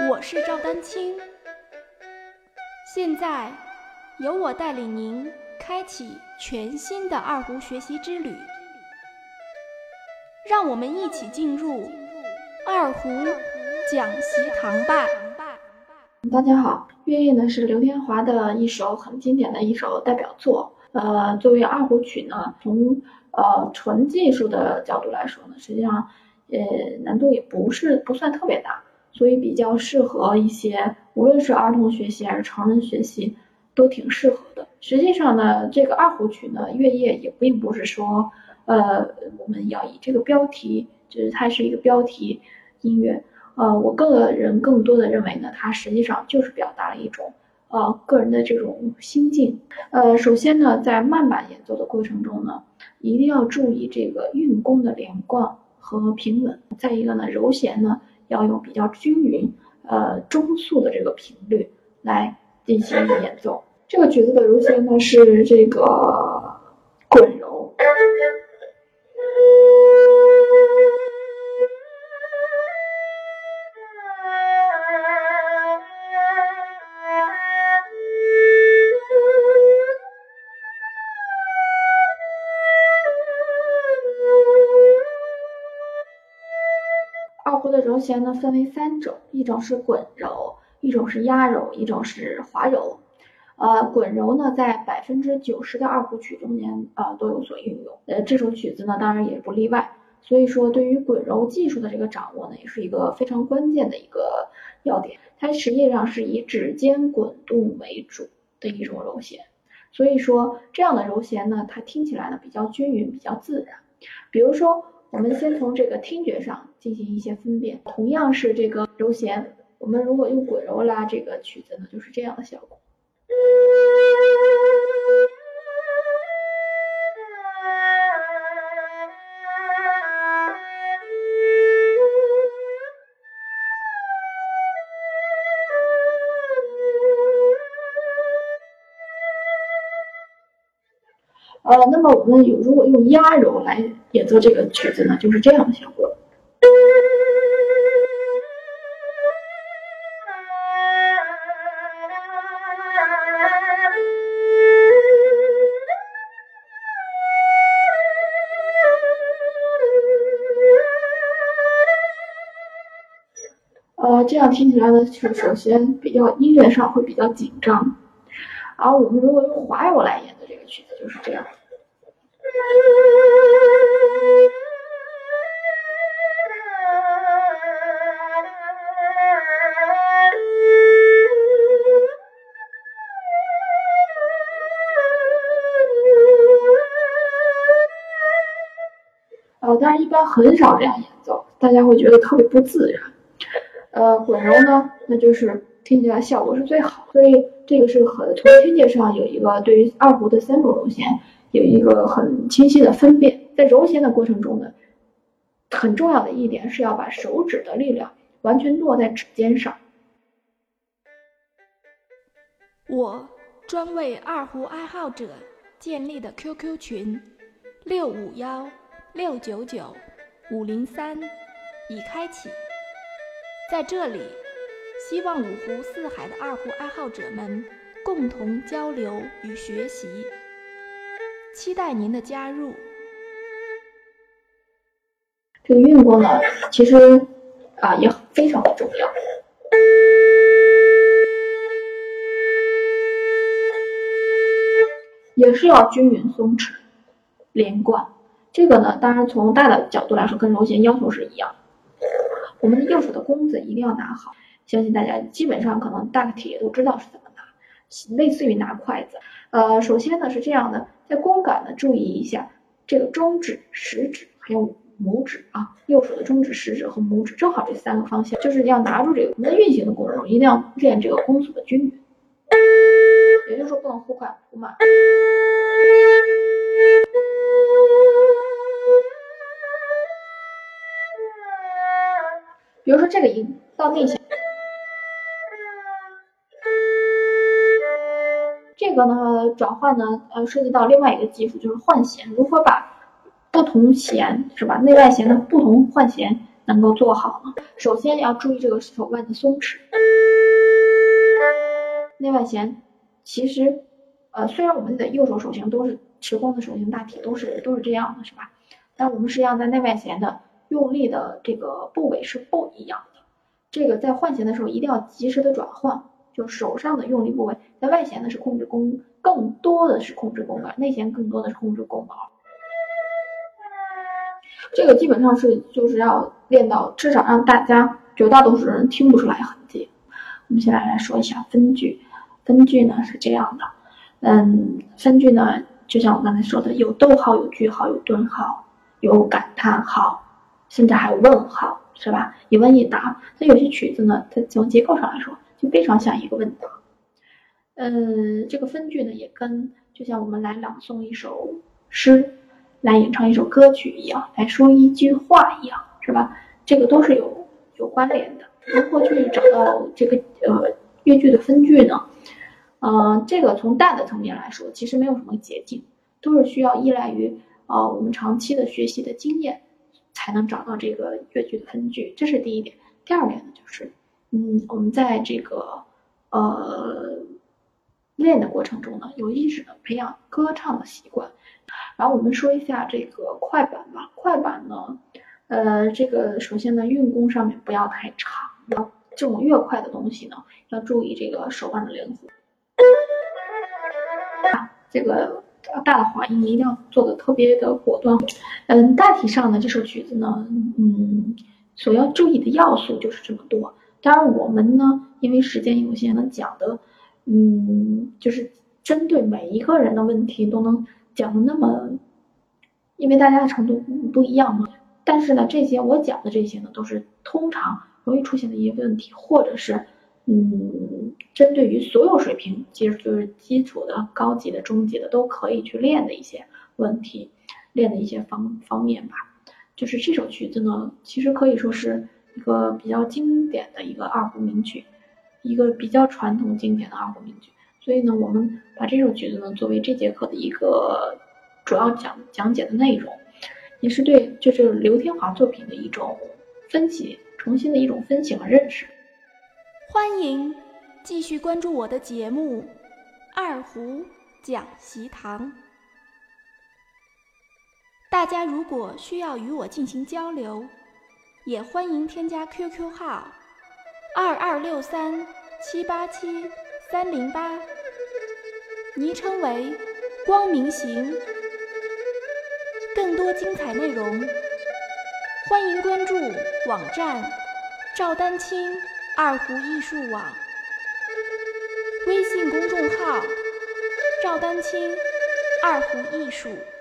我是赵丹青，现在由我带领您开启全新的二胡学习之旅，让我们一起进入二胡讲习堂吧。 大家好，月夜呢是刘天华的一首很经典的一首代表作。作为二胡曲呢，从纯技术的角度来说呢，实际上难度也不算特别大，所以比较适合一些无论是儿童学习还是成人学习都挺适合的。实际上呢，这个二胡曲呢，月夜也并不是说我们要以这个标题，就是它是一个标题音乐。我更多的认为呢，它实际上就是表达了一种个人的这种心境。首先呢，在慢板演奏的过程中呢，一定要注意这个运弓的连贯和平稳。再一个呢，揉弦呢要用比较均匀、中速的这个频率来进行演奏。这个曲子的揉弦呢是这个滚揉。二胡的揉弦呢分为3种，一种是滚揉，一种是压揉，一种是滑揉。滚揉呢在90%的二胡曲中间都有所运用。这首曲子呢当然也不例外。所以说对于滚揉技术的这个掌握呢，也是一个非常关键的一个要点。它实际上是以指尖滚动为主的一种揉弦。所以说这样的揉弦呢，它听起来呢比较均匀，比较自然。比如说我们先从这个听觉上进行一些分辨，同样是这个揉弦，我们如果用滚揉拉这个曲子呢，就是这样的效果。那么我们如果用压揉来演奏这个曲子呢，就是这样的效果。这样听起来呢，是首先比较音乐上会比较紧张，而我们如果用滑揉来演奏这个曲子，就是这样。当然一般很少这样演奏，大家会觉得特别不自然。滚揉呢，那就是听起来效果是最好，所以这个是从听觉上有一个对于二胡的3种揉弦有一个很清晰的分辨。在揉弦的过程中呢，很重要的一点是要把手指的力量完全落在指尖上。 我专为二胡爱好者建立的 QQ 群651-699-503已开启，在这里希望5湖4海的二胡爱好者们共同交流与学习，期待您的加入。 这个运弓呢，其实也非常的重要。也是要均匀松弛连贯。这个呢，当然从大的角度来说，跟揉弦要求是一样。我们的右手的弓子一定要拿好，相信大家基本上可能大体也都知道是怎么拿，类似于拿筷子。首先呢是这样的，在弓杆呢注意一下这个中指、食指还有拇指右手的中指、食指和拇指正好这3个方向，就是要拿住这个。我们运行的过程中一定要练这个弓速的均匀，也就是说不能忽快忽慢。比如说这个音到内弦，这个呢转换呢涉及到另外一个技术，就是换弦，如何把不同弦是吧，内外弦的不同换弦能够做好呢？首先要注意这个手腕的松弛。内外弦其实虽然我们的右手手型都是持弓的手型，大体都是这样的，是吧？但我们实际上在内外弦的用力的这个部位是不一样的。这个在换弦的时候一定要及时的转换，就手上的用力部位，在外弦呢是控制弓，更多的是控制弓杆，内弦更多的是控制弓毛。这个基本上就是要练到至少让大家绝大多数人听不出来痕迹。我们先来说一下分句。分句呢是这样的，分句呢就像我刚才说的，有逗号，有句号，有顿号，有感叹号，甚至还有问号，是吧？一问一答。那有些曲子呢，它从结构上来说就非常像一个问答。这个分句呢也跟就像我们来朗诵一首诗，来演唱一首歌曲一样，来说一句话一样，是吧？这个都是有关联的。如何去找到这个乐句的分句呢？这个从大的层面来说，其实没有什么捷径，都是需要依赖于我们长期的学习的经验，才能找到这个乐句的分句。这是第一点。第二点呢，就是我们在这个练的过程中呢，有意识的培养歌唱的习惯。然后我们说一下这个快板吧。快板呢，这个首先呢，运弓上面不要太长，这种越快的东西呢，要注意这个手腕的灵活。这个大的滑音一定要做的特别的果断。大体上呢，这首曲子呢，所要注意的要素就是这么多。当然我们呢，因为时间有限，能讲的，就是针对每一个人的问题都能讲的那么，因为大家的程度不一样嘛。但是呢，这些我讲的这些呢，都是通常容易出现的一些问题，或者是针对于所有水平，就是基础的、高级的、中级的都可以去练的一些问题，练的一些方面吧。就是这首曲子呢，其实可以说是一个比较经典的一个二胡名曲，一个比较传统经典的二胡名曲。所以呢，我们把这首曲子呢作为这节课的一个主要讲解的内容，也是对就是刘天华作品的一种分析，重新的一种分析和认识。 欢迎继续关注我的节目《二胡讲习堂》。大家如果需要与我进行交流，也欢迎添加 QQ 号2263787308，昵称为光明行。更多精彩内容，欢迎关注网站赵丹青二胡艺术网，微信公众号赵丹青二胡艺术。